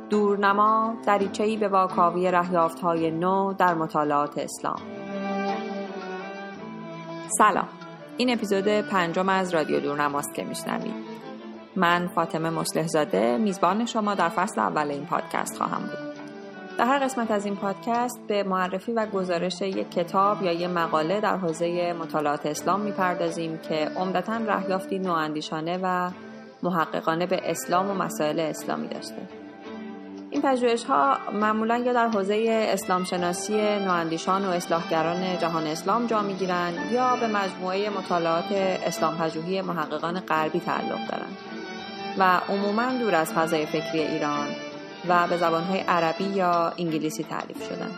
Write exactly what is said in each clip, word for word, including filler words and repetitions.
دورنما دریچه‌ای به واکاوی رهیافت‌های نو در مطالعات اسلام. سلام، این اپیزود پنجم از رادیو دورنماست که میشنوید. من فاطمه مصلح زاده میزبان شما در فصل اول این پادکست خواهم بود. در هر قسمت از این پادکست به معرفی و گزارش یک کتاب یا یک مقاله در حوزه مطالعات اسلام میپردازیم که عمدتاً رهیافتی نواندیشانه و محققانه به اسلام و مسائل اسلامی داشته. این پژوهش‌ها معمولاً یا در حوزه اسلام شناسی نواندیشان و اصلاحگران جهان اسلام جا می‌گیرند یا به مجموعه مطالعات اسلام پژوهی محققان غربی تعلق دارند و عموماً دور از فضای فکری ایران و به زبان‌های عربی یا انگلیسی تألیف شدند.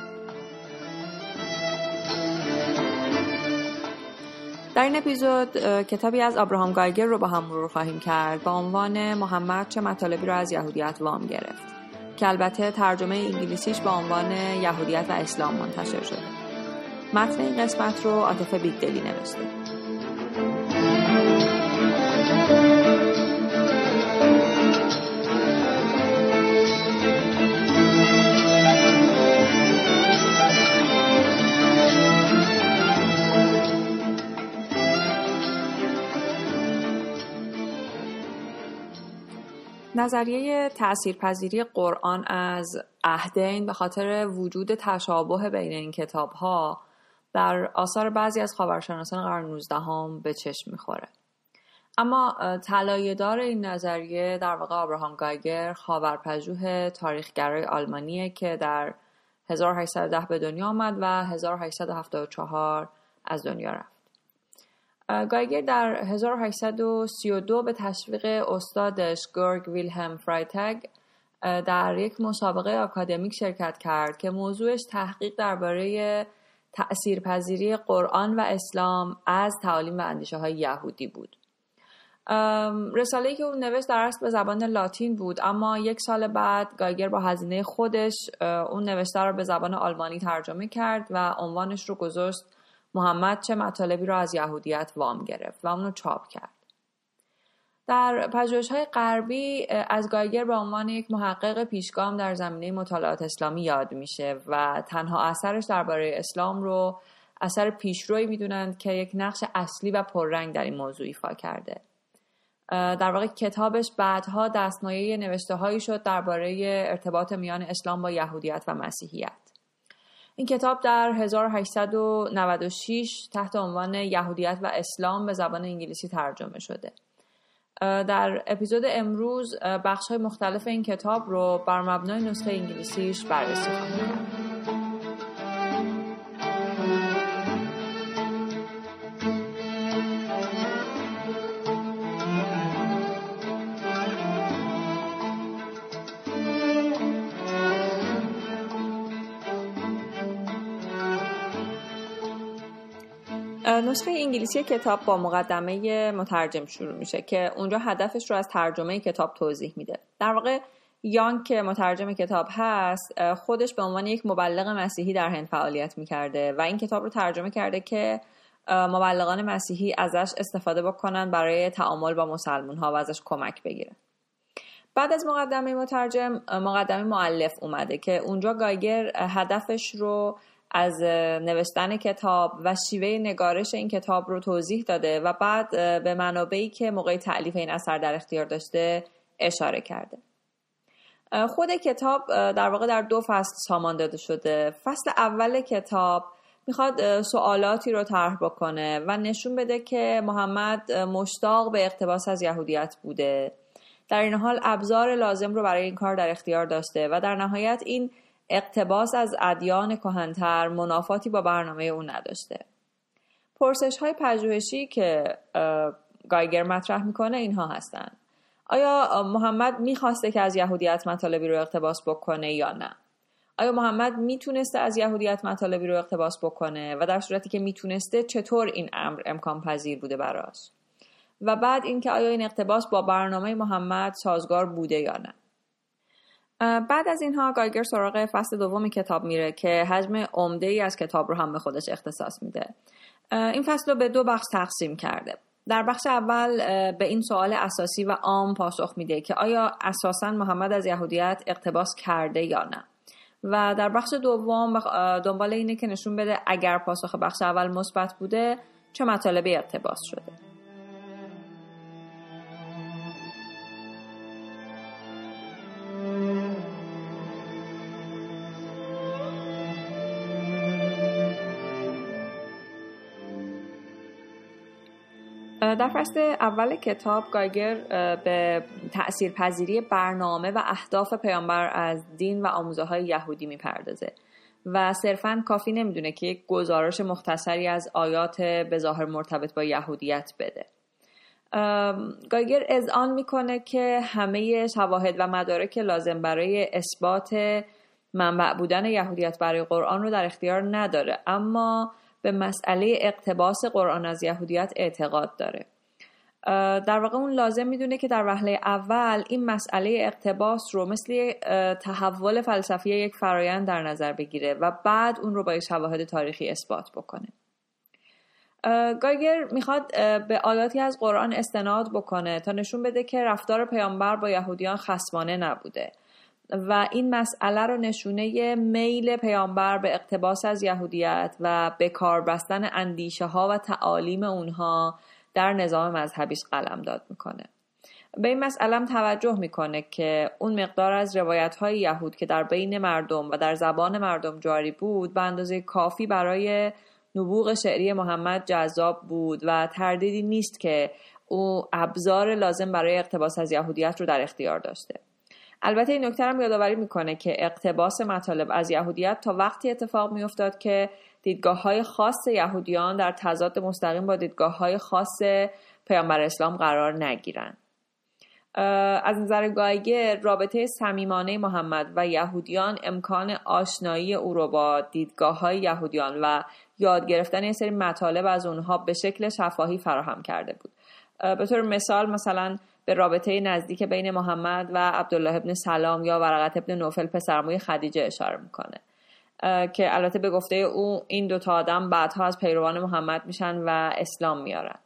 در این اپیزود کتابی از آبراهام گایگر رو با هم مرور خواهیم کرد با عنوان محمد چه مطالبی رو از یهودیت وام گرفت که البته ترجمه انگلیسیش با عنوان یهودیت و اسلام منتشر شده. متن این قسمت رو عاطف بیگدلی نوشته. نظریه تأثیرپذیری قرآن از عهدین به خاطر وجود تشابه بین این کتاب‌ها در آثار بعضی از خاورشناسان قرن نوزدهم به چشم می‌خوره. اما طلایه‌دار این نظریه در واقع آبراهام گایگر، خاورپژوه تاریخگرای آلمانیه که در هزار و هشتصد و ده به دنیا آمد و هزار و هشتصد و هفتاد و چهار از دنیا رفت. گایگر در هزار و هشتصد و سی و دو به تشویق استادش گورگ ویلهلم فرایتگ در یک مسابقه آکادمیک شرکت کرد که موضوعش تحقیق درباره تأثیرپذیری قرآن و اسلام از تعالیم و اندیشه‌های یهودی بود. رساله‌ای که اون نوشت در اصل به زبان لاتین بود، اما یک سال بعد گایگر با هزینه خودش اون نوشته رو به زبان آلمانی ترجمه کرد و عنوانش رو گذاشت محمد چه مطالبی را از یهودیت وام گرفت و اونو چاپ کرد. در پژوهش‌های غربی از گایگر به عنوان یک محقق پیشگام در زمینه مطالعات اسلامی یاد میشه و تنها اثرش درباره اسلام رو اثر پیشرویی میدونند که یک نقش اصلی و پررنگ در این موضوع ایفا کرده. در واقع کتابش بعدها دستمایه نوشته‌هایی شد درباره ارتباط میان اسلام با یهودیت و مسیحیت. این کتاب در هزار و هشتصد و نود و شش تحت عنوان یهودیت و اسلام به زبان انگلیسی ترجمه شده. در اپیزود امروز بخش‌های مختلف این کتاب رو بر مبنای نسخه انگلیسیش بررسی خواهیم کرد. نسخه انگلیسی کتاب با مقدمه مترجم شروع میشه که اونجا هدفش رو از ترجمه کتاب توضیح میده. در واقع یانگ که مترجم کتاب هست خودش به عنوان یک مبلغ مسیحی در هند فعالیت میکرده و این کتاب رو ترجمه کرده که مبلغان مسیحی ازش استفاده بکنن برای تعامل با مسلمان ها و ازش کمک بگیرن. بعد از مقدمه مترجم مقدمه مؤلف اومده که اونجا گایگر هدفش رو از نوشتن کتاب و شیوه نگارش این کتاب رو توضیح داده و بعد به منابعی که موقع تألیف این اثر در اختیار داشته اشاره کرده. خود کتاب در واقع در دو فصل سامان داده شده. فصل اول کتاب میخواد سوالاتی رو طرح بکنه و نشون بده که محمد مشتاق به اقتباس از یهودیت بوده، در این حال ابزار لازم رو برای این کار در اختیار داشته و در نهایت این اقتباس از ادیان کهن‌تر منافاتی با برنامه اون نداشته. پرسش‌های پژوهشی که گایگر مطرح میکنه اینها هستن: آیا محمد میخواسته که از یهودیت مطالبی رو اقتباس بکنه یا نه؟ آیا محمد میتونسته از یهودیت مطالبی رو اقتباس بکنه و در صورتی که میتونسته چطور این امر امکان پذیر بوده براش؟ و بعد اینکه آیا این اقتباس با برنامه محمد سازگار بوده یا نه؟ بعد از اینها گایگر سراغ فصل دوم کتاب میره که حجم عمده‌ای از کتاب رو هم به خودش اختصاص میده. این فصل رو به دو بخش تقسیم کرده. در بخش اول به این سوال اساسی و عام پاسخ میده که آیا اساساً محمد از یهودیت اقتباس کرده یا نه، و در بخش دوم دنبال اینه که نشون بده اگر پاسخ بخش اول مثبت بوده چه مطالبی اقتباس شده. در فصل اول کتاب گایگر به تأثیرپذیری برنامه و اهداف پیامبر از دین و آموزه‌های یهودی میپردازه و صرفاً کافی نمیدونه که یک گزارش مختصری از آیات به ظاهر مرتبط با یهودیت بده. گایگر اذعان میکنه که همه شواهد و مدارک لازم برای اثبات منبع بودن یهودیت برای قرآن رو در اختیار نداره، اما به مسئله اقتباس قرآن از یهودیت اعتقاد داره. در واقع اون لازم میدونه که در وهله اول این مسئله اقتباس رو مثل تحول فلسفی یک فرایند در نظر بگیره و بعد اون رو با شواهد تاریخی اثبات بکنه. گایگر میخواد به آیاتی از قرآن استناد بکنه تا نشون بده که رفتار پیامبر با یهودیان خصمانه نبوده و این مسئله رو نشونه میل پیامبر به اقتباس از یهودیت و به کار بستن اندیشه ها و تعالیم اونها در نظام مذهبیش قلمداد میکنه. به این مسئله هم توجه میکنه که اون مقدار از روایت های یهود که در بین مردم و در زبان مردم جاری بود به اندازه کافی برای نبوغ شعری محمد جذاب بود و تردیدی نیست که او ابزار لازم برای اقتباس از یهودیت رو در اختیار داشته. البته این نکته هم یادآوری میکنه که اقتباس مطالب از یهودیت تا وقتی اتفاق میافتاد که دیدگاه‌های خاص یهودیان در تضاد مستقیم با دیدگاه‌های خاص پیامبر اسلام قرار نگیرن. از نظر گایگر رابطه صمیمانه محمد و یهودیان امکان آشنایی او رو با دیدگاه‌های یهودیان و یاد گرفتن یه سری مطالب از اونها به شکل شفاهی فراهم کرده بود. به طور مثال مثلا به رابطه نزدیک بین محمد و عبدالله ابن سلام یا ورقت ابن نوفل پسرعموی خدیجه اشاره میکنه که البته به گفته او این دوتا آدم بعدها از پیروان محمد میشن و اسلام میارن.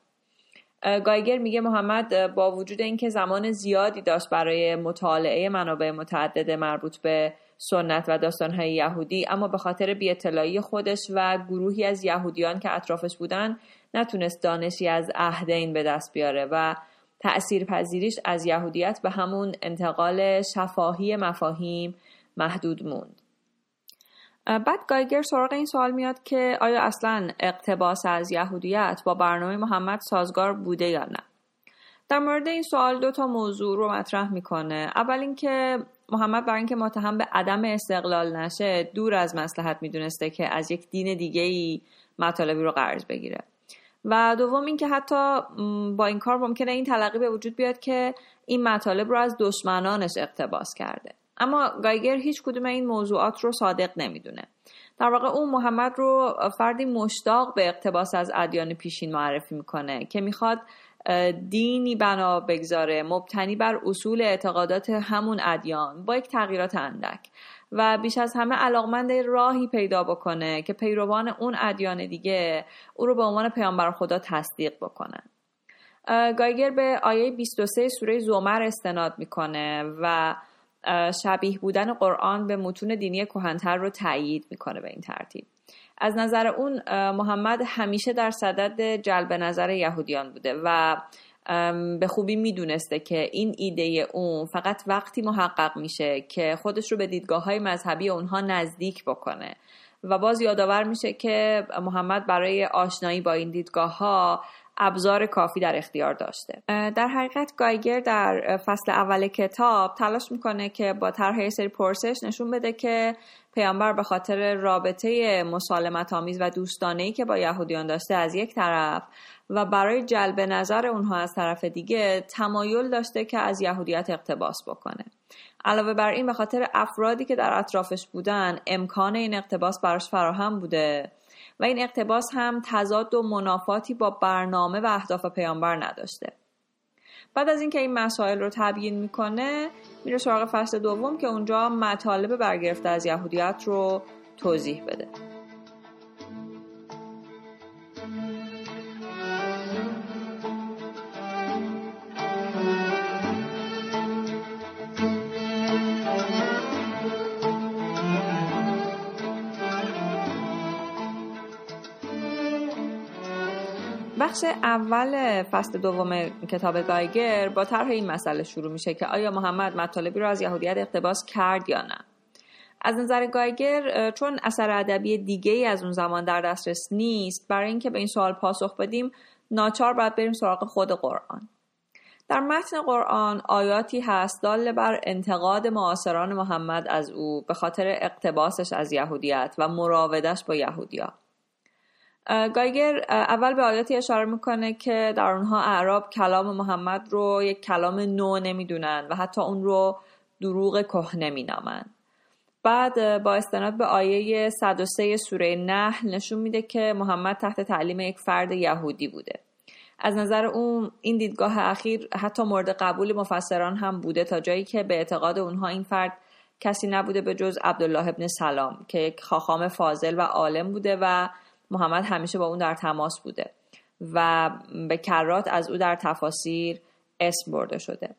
گایگر میگه محمد با وجود اینکه زمان زیادی داشت برای مطالعه منابع متعدد مربوط به سنت و داستانهای یهودی، اما به خاطر بی‌اطلاعی خودش و گروهی از یهودیان که اطرافش بودن نتونست دانشی از عهدین به دست بیاره و تأثیر پذیریش از یهودیت به همون انتقال شفاهی مفاهیم محدود موند. بعد گایگر سراغ این سوال میاد که آیا اصلاً اقتباس از یهودیت با برنامه محمد سازگار بوده یا نه؟ در مورد این سوال دو تا موضوع رو مطرح میکنه. اول اینکه محمد برای اینکه متهم به عدم استقلال نشه دور از مصلحت میدونسته که از یک دین دیگه‌ای مطالبی رو قرض بگیره. و دوم این که حتی با این کار ممکنه این تلقی به وجود بیاد که این مطالب رو از دشمنانش اقتباس کرده. اما گایگر هیچ کدوم این موضوعات رو صادق نمیدونه. در واقع اون محمد رو فردی مشتاق به اقتباس از ادیان پیشین معرفی میکنه که میخواد دینی بنا بگذاره مبتنی بر اصول اعتقادات همون ادیان با یک تغییرات اندک و بیش از همه علاقمند راهی پیدا بکنه که پیروان اون ادیان دیگه او رو به عنوان پیامبر خدا تصدیق بکنن. گایگر به آیه بیست و سه سوره زمر استناد میکنه و شبیه بودن قرآن به متون دینی کهن‌تر رو تأیید میکنه. به این ترتیب از نظر اون محمد همیشه در صدد جلب نظر یهودیان بوده و به خوبی میدونسته که این ایده اون فقط وقتی محقق میشه که خودش رو به دیدگاه‌های مذهبی اونها نزدیک بکنه و باز یادآور میشه که محمد برای آشنایی با این دیدگاه‌ها ابزار کافی در اختیار داشته. در حقیقت گایگر در فصل اول کتاب تلاش میکنه که با طرح سری پرسش نشون بده که پیامبر به خاطر رابطه مسالمت آمیز و دوستانه‌ای که با یهودیان داشته از یک طرف و برای جلب نظر اونها از طرف دیگه تمایل داشته که از یهودیت اقتباس بکنه. علاوه بر این به خاطر افرادی که در اطرافش بودن امکان این اقتباس براش فراهم بوده و این اقتباس هم تضاد و منافاتی با برنامه و اهداف پیامبر نداشته. بعد از اینکه این مسائل رو تبیین میکنه میره سراغ فصل دوم که اونجا مطالب برگرفته از یهودیت رو توضیح بده. بخش اول فصل دوم کتاب گایگر با طرح این مسئله شروع میشه که آیا محمد مطالبی را از یهودیت اقتباس کرد یا نه. از نظر گایگر چون اثر ادبی دیگه‌ای از اون زمان در دسترس نیست، برای اینکه به این سوال پاسخ بدیم ناچار باید بریم سراغ خود قرآن. در متن قرآن آیاتی هست دال بر انتقاد معاصران محمد از او به خاطر اقتباسش از یهودیت و مراودش با یهودیا. گایگر اول به آیاتی اشاره میکنه که در اونها اعراب کلام محمد رو یک کلام نو نمیدونن و حتی اون رو دروغ کهنه مینامن. بعد با استناد به آیه صد و سه سوره نحل نشون میده که محمد تحت تعلیم یک فرد یهودی بوده. از نظر اون این دیدگاه اخیر حتی مورد قبول مفسران هم بوده، تا جایی که به اعتقاد اونها این فرد کسی نبوده به جز عبدالله ابن سلام که یک خاخام فاضل و عالم بوده و محمد همیشه با اون در تماس بوده و به کرات از او در تفاسیر اسم برده شده.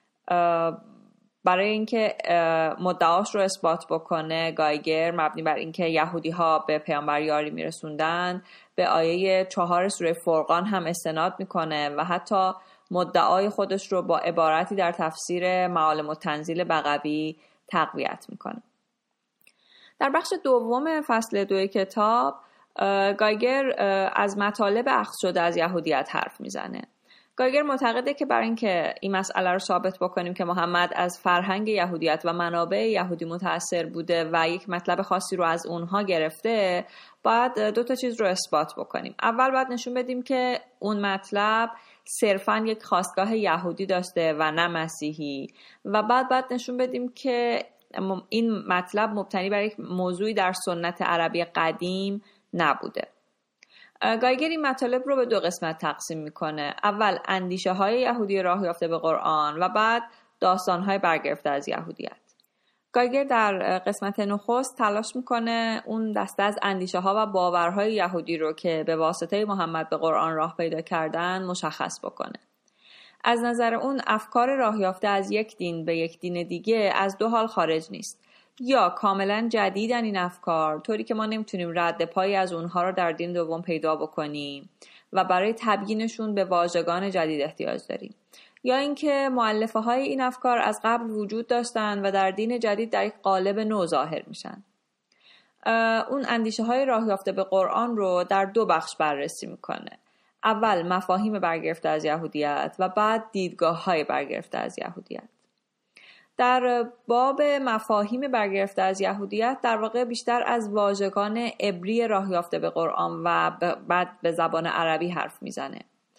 برای اینکه مدعاش رو اثبات بکنه، گایگر مبنی بر اینکه یهودی ها به پیامبر یاری میرسوندن به آیه چهار سوره فرقان هم استناد میکنه و حتی مدعای خودش رو با عبارتی در تفسیر معالم التنزیل بغوی تقویت میکنه. در بخش دوم فصل دو کتاب گایگر از مطالب اخذ شده از یهودیت حرف میزنه. گایگر معتقده که برای اینکه این مسئله رو ثابت بکنیم که محمد از فرهنگ یهودیت و منابع یهودی متأثر بوده و یک مطلب خاصی رو از اونها گرفته، باید دو تا چیز رو اثبات بکنیم. اول باید نشون بدیم که اون مطلب صرفاً یک خواستگاه یهودی داشته و نه مسیحی، و بعد باید نشون بدیم که این مطلب مبتنی بر یک موضوعی در سنت عربی قدیم نبوده. گایگر این مطالب رو به دو قسمت تقسیم میکنه. اول اندیشه های یهودی راه یافته به قرآن و بعد داستان های برگرفته از یهودیت. گایگر در قسمت نخست تلاش میکنه اون دسته از اندیشه ها و باورهای یهودی رو که به واسطه محمد به قرآن راه پیدا کردن مشخص بکنه. از نظر اون افکار راه یافته از یک دین به یک دین دیگه از دو حال خارج نیست. یا کاملا جدیدن این افکار طوری که ما نمیتونیم رد پایی از اونها رو در دین دوم پیدا بکنیم و برای تبیینشون به واژگان جدید احتیاج داریم، یا اینکه مؤلفه های این افکار از قبل وجود داشتن و در دین جدید در یک قالب نو ظاهر میشن. اون اندیشه های راه یافته به قرآن رو در دو بخش بررسی میکنه. اول مفاهیم برگرفته از یهودیت و بعد دیدگاه های برگرفته از یهودیت. در باب مفاهیم برگرفته از یهودیت در واقع بیشتر از واژگان عبری راه یافته به قرآن و بعد به زبان عربی حرف میزنه.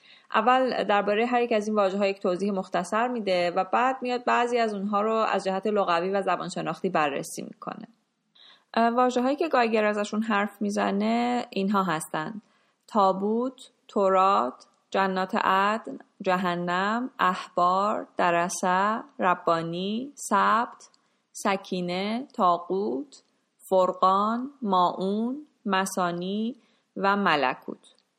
اول درباره هر یک از این واژه‌ها یک توضیح مختصر میده و بعد میاد بعضی از اونها رو از جهت لغوی و زبان شناختی بررسی میکنه. واژه‌هایی که گایگر ازشون حرف میزنه اینها هستند: تابوت، تورات، جنات عدن، جهنم، احبار، درسه، ربانی، سبت، سکینه، طاغوت، فرقان، ماعون، مثانی و ملکوت.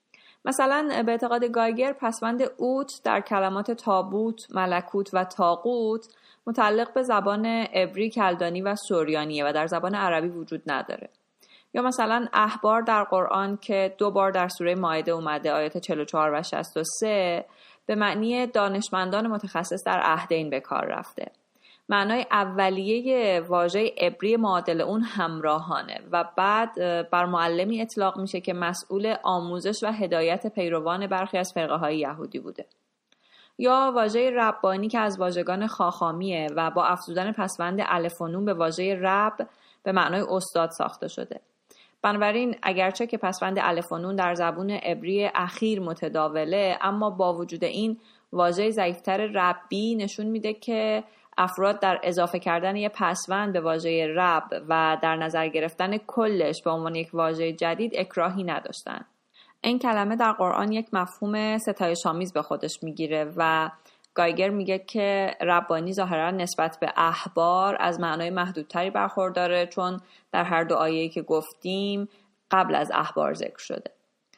مثلا به اعتقاد گایگر پسوند اوت در کلمات تابوت، ملکوت و طاغوت متعلق به زبان عبری، کلدانی و سوریانیه و در زبان عربی وجود نداره. یا مثلا احبار در قرآن که دو بار در سوره مائده اومده، آیات چهل و چهار و شصت و سه، به معنی دانشمندان متخصص در عهدین به کار رفته. معنای اولیه واژه عبری معادل اون همراهانه و بعد بر معلمی اطلاق میشه که مسئول آموزش و هدایت پیروان برخی از فرقه های یهودی بوده. یا واژه ربانی که از واژگان خاخامیه و با افزودن پسوند الف و نون به واژه رب به معنای استاد ساخته شده. بنابراین اگرچه که پسوند الف و نون در زبون عبری اخیر متداوله، اما با وجود این واژه ضعیفتر ربی نشون میده که افراد در اضافه کردن یک پسوند به واژه رب و در نظر گرفتن کلش به عنوان یک واژه جدید اکراهی نداشتن. این کلمه در قرآن یک مفهوم ستایش‌آمیز به خودش میگیره و گایگر میگه که ربانی ظاهرا نسبت به احبار از معنای محدودتری برخورداره، چون در هر دو آیه‌ای که گفتیم قبل از احبار ذکر شده.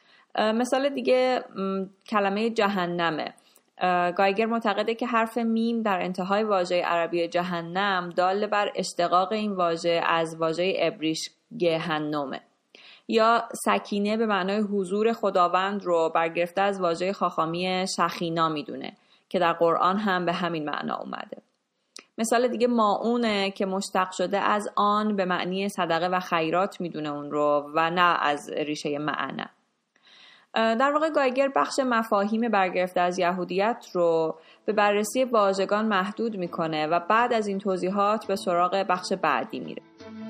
مثال دیگه کلمه جهنمه. گایگر معتقده که حرف میم در انتهای واژه عربی جهنم دال بر اشتقاق این واژه از واژه عبریش گهنمه. یا سکینه به معنای حضور خداوند رو برگرفته از واژه خاخامی شخینا میدونه که در قرآن هم به همین معنا اومده. مثال دیگه ماعونه که مشتق شده از آن به معنی صدقه و خیرات میدونه اون رو و نه از ریشه معنا. در واقع گایگر بخش مفاهیم برگرفته از یهودیت رو به بررسی واژگان محدود میکنه و بعد از این توضیحات به سراغ بخش بعدی میره.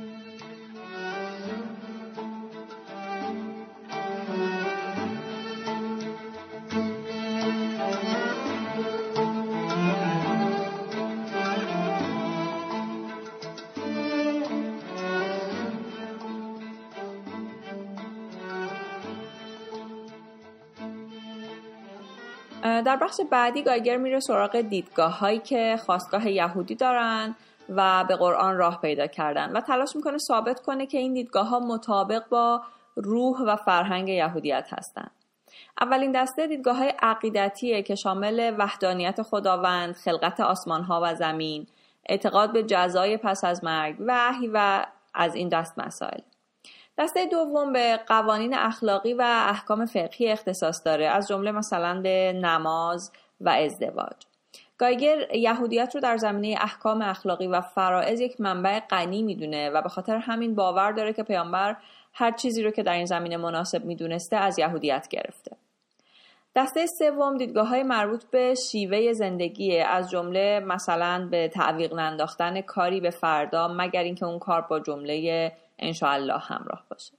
در بخش بعدی گایگر میره سراغ دیدگاه هایی که خاستگاه یهودی دارن و به قرآن راه پیدا کردن و تلاش میکنه ثابت کنه که این دیدگاه ها مطابق با روح و فرهنگ یهودیت هستن. اولین دسته دیدگاه های عقیدتیه که شامل وحدانیت خداوند، خلقت آسمان ها و زمین، اعتقاد به جزای پس از مرگ، وحی و از این دست مسائل. دسته دوم به قوانین اخلاقی و احکام فقهی اختصاص داره، از جمله مثلا به نماز و ازدواج. گایگر یهودیت رو در زمینه احکام اخلاقی و فرائض یک منبع غنی میدونه و به خاطر همین باور داره که پیامبر هر چیزی رو که در این زمینه مناسب میدونسته از یهودیت گرفته. دسته سوم دیدگاه‌های مربوط به شیوه زندگی، از جمله مثلا به تعویق ننداختن کاری به فردا مگر اینکه اون کار با جمله انشاءالله همراه باشه.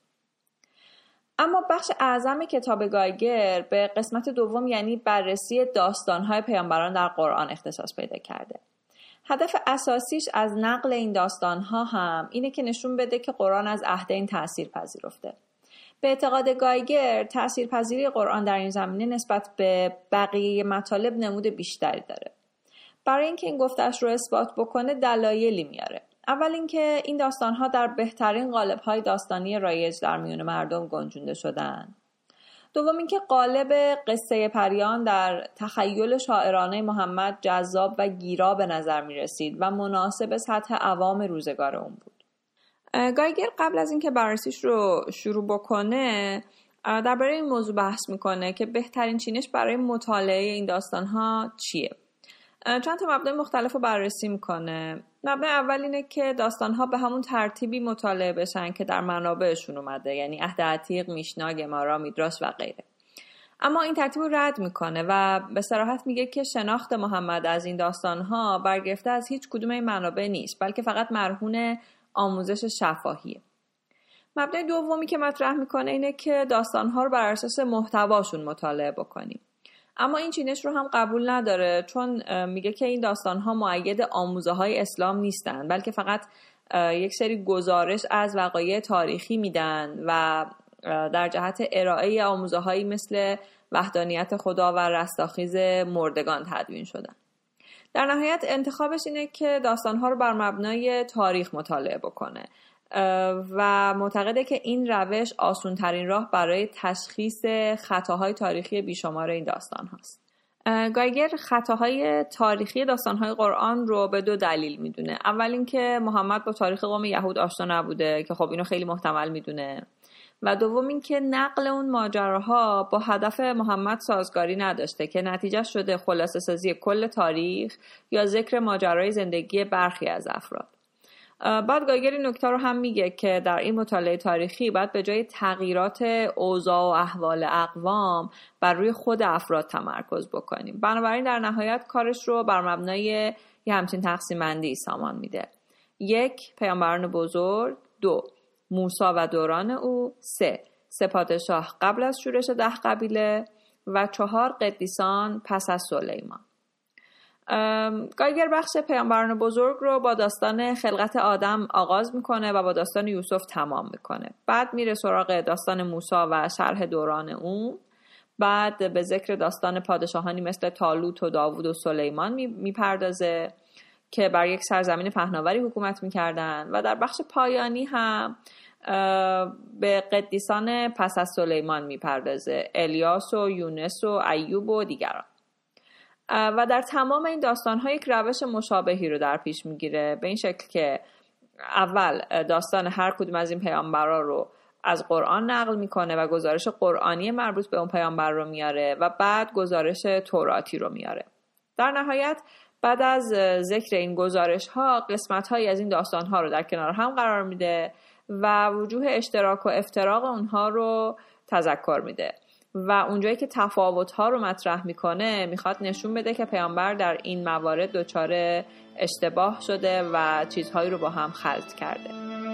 اما بخش اعظم کتاب گایگر به قسمت دوم یعنی بررسی داستان‌های پیامبران در قرآن اختصاص پیدا کرده. هدف اساسیش از نقل این داستان‌ها هم اینه که نشون بده که قرآن از عهدین تأثیر پذیرفته. به اعتقاد گایگر تأثیرپذیری قرآن در این زمینه نسبت به بقیه مطالب نمود بیشتری داره. برای اینکه این گفتش رو اثبات بکنه دلایلی میاره. اول اینکه این داستان‌ها در بهترین قالب‌های داستانی رایج در میون مردم گنجونده شدن. دوم اینکه قالب قصه پریان در تخیل شاعرانه محمد جذاب و گیرا به نظر می‌رسید و مناسب سطح عوام روزگار اون بود. گایگر قبل از اینکه بررسیش رو شروع بکنه درباره این موضوع بحث میکنه که بهترین چینش برای مطالعه این داستان‌ها چیه. چند تا مبدأ مختلف رو بررسی میکنه. مبدأ اول اینه که داستان‌ها به همون ترتیبی مطالعه بشن که در منابعشون اومده، یعنی عهد عتیق، میشنا، گمارا، میدراش و غیره. اما این ترتیب رو رد میکنه و به صراحت میگه که شناخت محمد از این داستان‌ها برگرفته از هیچ کدوم این منابع نیست، بلکه فقط مرهون آموزش شفاهیه. مبدأ دومی که مطرح میکنه اینه که داستان‌ها رو بر اساس محتواشون مطالعه بکنیم. اما این چینش رو هم قبول نداره، چون میگه که این داستان‌ها مؤید آموزه‌های اسلام نیستن، بلکه فقط یک سری گزارش از وقایع تاریخی میدن و در جهت ارائه آموزه‌هایی مثل وحدانیت خدا و رستاخیز مردگان تدوین شدن. در نهایت انتخابش اینه که داستان‌ها رو بر مبنای تاریخ مطالعه بکنه و معتقده که این روش آسان‌ترین راه برای تشخیص خطاهای تاریخی بیشمار این داستان هاست. گایگر خطاهای تاریخی داستان‌های قرآن رو به دو دلیل میدونه. اول اینکه محمد با تاریخ قوم یهود آشنا نبوده که خب اینو خیلی محتمل میدونه، و دوم اینکه نقل اون ماجراها با هدف محمد سازگاری نداشته که نتیجه شده خلاصه سازی کل تاریخ یا ذکر ماجرای زندگی برخی از افراد. بعد گایگر این نکته رو هم میگه که در این مطالعه تاریخی باید به جای تغییرات اوضاع و احوال اقوام بر روی خود افراد تمرکز بکنیم. بنابراین در نهایت کارش رو بر مبنای یه همچین تقسیم بندی سامان میده. یک، پیامبران بزرگ. دو، موسی و دوران او. سه، سه پادشاه قبل از شورش ده قبیله. و چهار، قدیسان پس از سلیمان. گایگر بخش پیامبران بزرگ رو با داستان خلقت آدم آغاز میکنه و با داستان یوسف تمام میکنه. بعد میره سراغ داستان موسی و شرح دوران اون. بعد به ذکر داستان پادشاهانی مثل طالوت و داوود و سلیمان میپردازه که بر یک سرزمین پهناوری حکومت میکردن و در بخش پایانی هم به قدیسان پس از سلیمان میپردازه، الیاس و یونس و ایوب و دیگران. و در تمام این داستان‌ها یک روش مشابهی رو در پیش میگیره، به این شکل که اول داستان هر کدوم از این پیامبرا رو از قرآن نقل میکنه و گزارش قرآنی مربوط به اون پیامبر رو میاره و بعد گزارش توراتی رو میاره. در نهایت بعد از ذکر این گزارش ها قسمت هایی از این داستان ها رو در کنار هم قرار میده و وجوه اشتراک و افتراق اونها رو تذکر میده و اونجایی که تفاوت ها رو مطرح میکنه میخواد نشون بده که پیامبر در این موارد دچار اشتباه شده و چیزهایی رو با هم خلط کرده.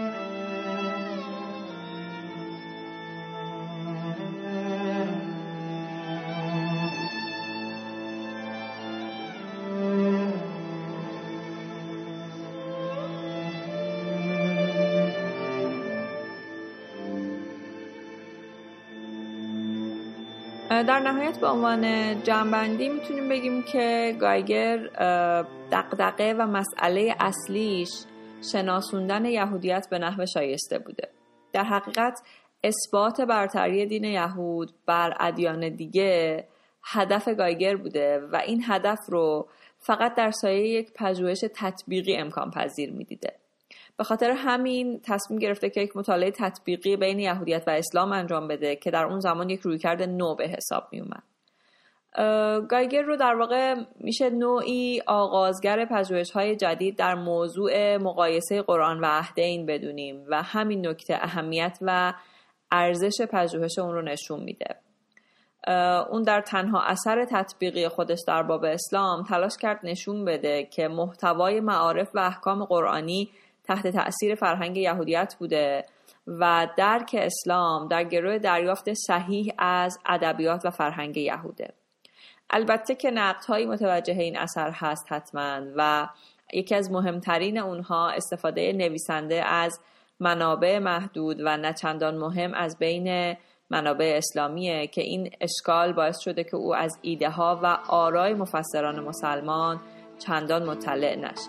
در نهایت به عنوان جمع‌بندی میتونیم بگیم که گایگر دغدغه و مسئله اصلیش شناسوندن یهودیت به نحو شایسته بوده. در حقیقت اثبات برتری دین یهود بر ادیان دیگه هدف گایگر بوده و این هدف رو فقط در سایه یک پژوهش تطبیقی امکان پذیر میدیده. به خاطر همین تصمیم گرفته که یک مطالعه تطبیقی بین یهودیت و اسلام انجام بده که در اون زمان یک رویکرد نو به حساب می اومد. گایگر رو در واقع میشه نوعی آغازگر پژوهش‌های جدید در موضوع مقایسه قرآن و عهدین بدونیم و همین نکته اهمیت و ارزش پژوهش اون رو نشون میده. اون در تنها اثر تطبیقی خودش در باب اسلام تلاش کرد نشون بده که محتوای معارف و احکام قرآنی تحت تأثیر فرهنگ یهودیت بوده و درک اسلام در گروه دریافت صحیح از ادبیات و فرهنگ یهوده. البته که نقدهایی متوجه این اثر هست حتما و یکی از مهمترین اونها استفاده نویسنده از منابع محدود و نه چندان مهم از بین منابع اسلامیه که این اشکال باعث شده که او از ایده ها و آرای مفسران مسلمان چندان مطلع نشه.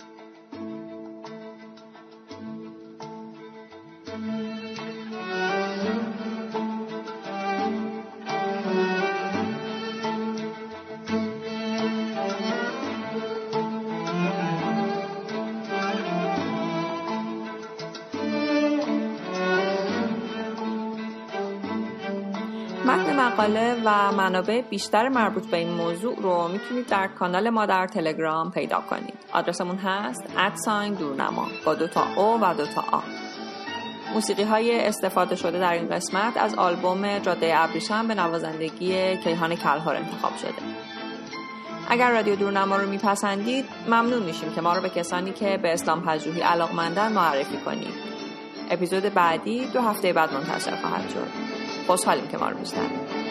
متن مقاله و منابع بیشتر مربوط به این موضوع رو میتونید در کانال ما در تلگرام پیدا کنید. آدرسمون هست ادساین دورنما با دوتا او و دوتا آ. موسیقی های استفاده شده در این قسمت از آلبوم جاده ابریشم به نوازندگی کیهان کلهر انتخاب شده. اگر رادیو دورنما رو میپسندید ممنون میشیم که ما رو به کسانی که به اسلام پژوهی علاقمندن معرفی کنید. اپیزود بعدی دو هفته بعد منتشر خواهد شد. خوشحالیم که ما رو میشنوید.